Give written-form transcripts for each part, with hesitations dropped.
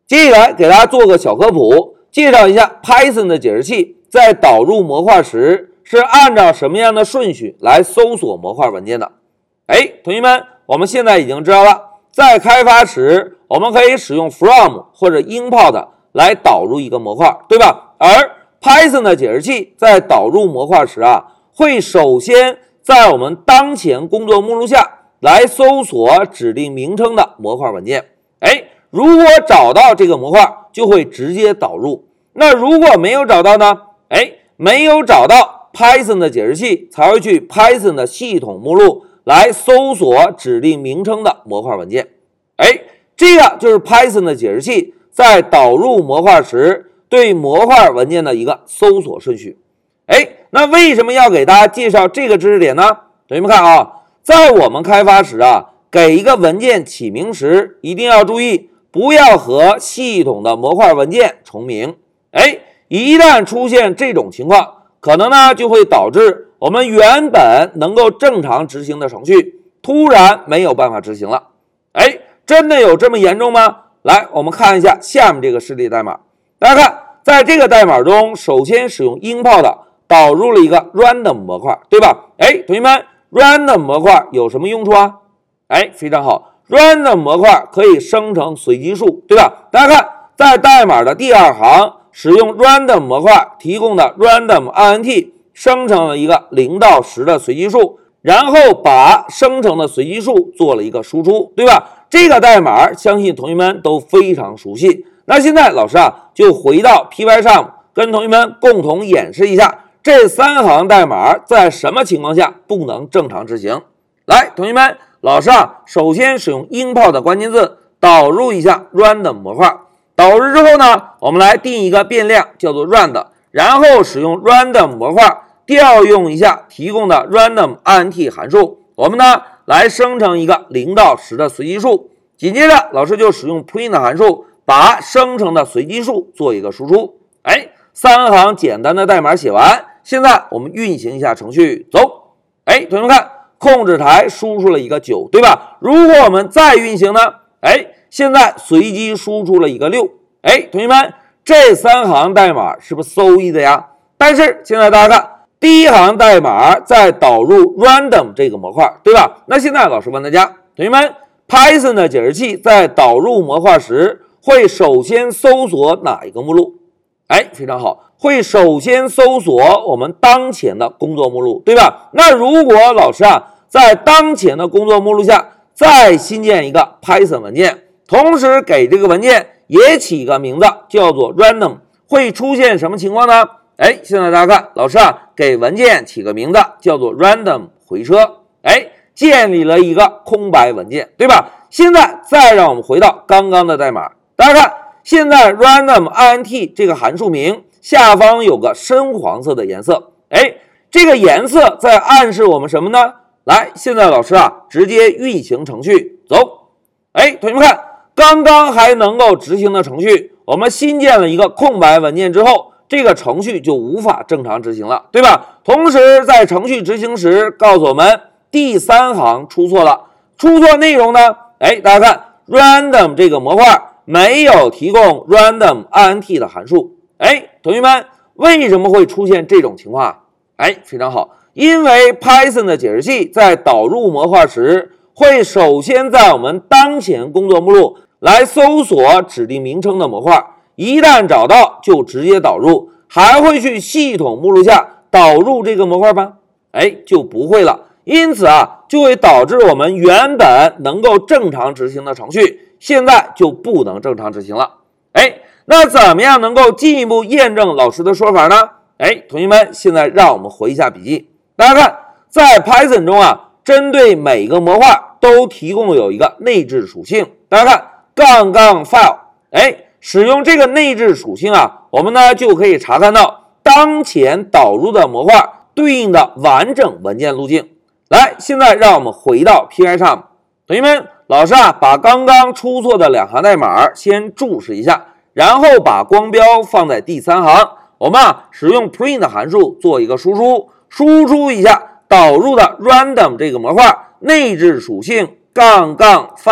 接下来给大家做个小科普，介绍一下 Python 的解释器在导入模块时是按照什么样的顺序来搜索模块文件的。同学们，我们现在已经知道了，在开发时我们可以使用 from 或者 import 来导入一个模块，对吧？而 Python 的解释器在导入模块时会首先在我们当前工作目录下来搜索指定名称的模块文件。如果找到这个模块，就会直接导入。那如果没有找到呢？没有找到， Python 的解释器才会去 Python 的系统目录来搜索指定名称的模块文件。这个就是 Python 的解释器在导入模块时对模块文件的一个搜索顺序。那为什么要给大家介绍这个知识点呢？同学们看在我们开发时给一个文件起名时一定要注意，不要和系统的模块文件重名。一旦出现这种情况，可能呢就会导致我们原本能够正常执行的程序突然没有办法执行了。真的有这么严重吗？来，我们看一下下面这个示例代码。大家看，在这个代码中，首先使用 import 导入了一个 random 模块，对吧？同学们， random 模块有什么用处啊？非常好， random 模块可以生成随机数，对吧？大家看，在代码的第二行，使用 random 模块提供的 random int 生成了一个0到10的随机数，然后把生成的随机数做了一个输出，对吧？这个代码相信同学们都非常熟悉。那现在老师就回到 Py 上，跟同学们共同演示一下这3行代码在什么情况下不能正常执行。来，同学们，老师首先使用 import 的关键字导入一下 random 模块，导入之后呢，我们来定一个变量叫做 rand， 然后使用 random 模块调用一下提供的 random int 函数，我们呢来生成一个0到10的随机数。紧接着老师就使用 print 函数把生成的随机数做一个输出。3行简单的代码写完，现在我们运行一下程序，走。同学们看，控制台输出了一个9，对吧？如果我们再运行呢？现在随机输出了一个6。同学们，这3行代码是不是 so easy 呀？但是现在大家看，第一行代码在导入 random 这个模块，对吧？那现在老师问大家，同学们， Python 的解释器在导入模块时会首先搜索哪一个目录？非常好，会首先搜索我们当前的工作目录，对吧？那如果老师在当前的工作目录下再新建一个 Python 文件，同时给这个文件也起一个名字叫做 random， 会出现什么情况呢？现在大家看，老师给文件起个名字叫做 random 回车，建立了一个空白文件，对吧？现在再让我们回到刚刚的代码，大家看，现在 random int 这个函数名下方有个深黄色的颜色，这个颜色在暗示我们什么呢？来，现在老师直接运行程序，走。同学们看，刚刚还能够执行的程序，我们新建了一个空白文件之后，这个程序就无法正常执行了，对吧？同时在程序执行时告诉我们第3行出错了，出错内容呢？大家看 random 这个模块没有提供 random int 的函数。同学们，为什么会出现这种情况？非常好，因为 Python 的解释器在导入模块时会首先在我们当前工作目录来搜索指定名称的模块，一旦找到就直接导入，还会去系统目录下导入这个模块吗？就不会了。因此就会导致我们原本能够正常执行的程序现在就不能正常执行了。那怎么样能够进一步验证老师的说法呢？同学们，现在让我们回一下笔记。大家看，在 Python 中针对每个模块都提供有一个内置属性。大家看杠杠 file，使用这个内置属性我们呢就可以查看到当前导入的模块对应的完整文件路径。来，现在让我们回到 Py 上，同学们，老师把刚刚出错的2行代码先注释一下，然后把光标放在第3行，我们使用 print 函数做一个输出，输出一下导入的 random 这个模块内置属性杠杠 file，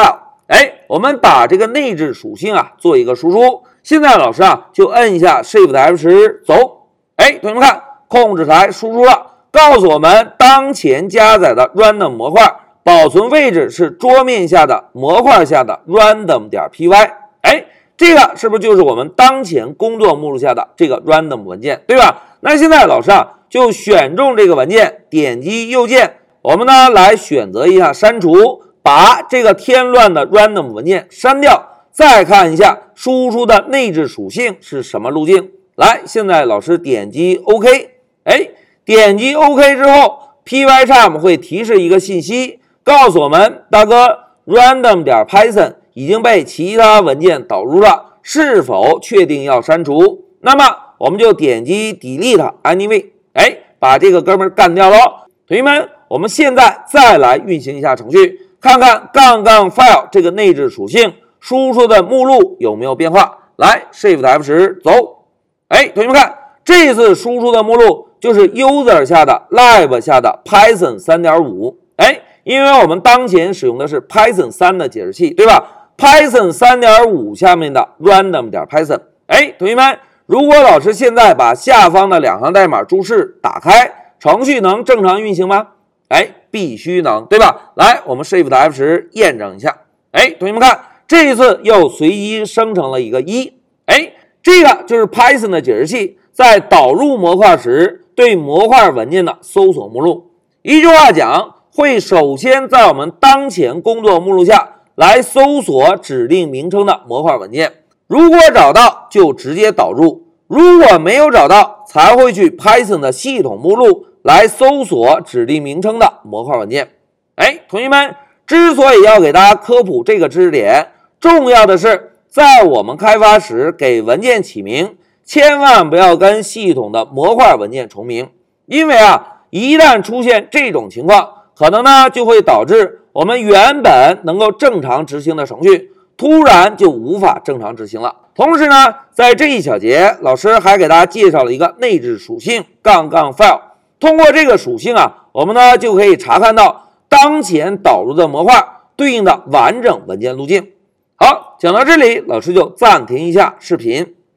我们把这个内置属性做一个输出。现在老师就摁一下 Shift F10 走。同学们看，控制台输出了，告诉我们当前加载的 random 模块保存位置是桌面下的模块下的 random.py。这个是不是就是我们当前工作目录下的这个 random 文件，对吧？那现在老师就选中这个文件，点击右键，我们呢来选择一下删除，把这个添乱的 random 文件删掉。再看一下输出的内置属性是什么路径。来，现在老师点击 OK。点击 OK 之后 ，Pycharm 会提示一个信息，告诉我们大哥 random.python 已经被其他文件导入了，是否确定要删除？那么我们就点击 Delete Anyway， 把这个哥们干掉喽。同学们，我们现在再来运行一下程序，看看杠杠 file 这个内置属性输出的目录有没有变化。来 Shift F10 走。同学们看，这次输出的目录就是 User 下的 Lib 下的 Python 3.5。因为我们当前使用的是 Python 3的解释器，对吧？Python 3.5 下面的 random.python。同学们，如果老师现在把下方的2行代码注释打开，程序能正常运行吗？必须能，对吧？来，我们 Shift F10 验证一下。同学们看，这一次又随机生成了一个1。这个就是 Python 的解释器在导入模块时对模块文件的搜索目录。一句话讲，会首先在我们当前工作目录下来搜索指定名称的模块文件，如果找到就直接导入，如果没有找到才会去 Python 的系统目录来搜索指定名称的模块文件。同学们，之所以要给大家科普这个知识点，重要的是在我们开发时给文件起名，千万不要跟系统的模块文件重名，因为一旦出现这种情况，可能呢就会导致我们原本能够正常执行的程序突然就无法正常执行了。同时呢，在这一小节，老师还给大家介绍了一个内置属性杠杠 file。通过这个属性我们呢就可以查看到当前导入的模块对应的完整文件路径。好，讲到这里，老师就暂停一下视频。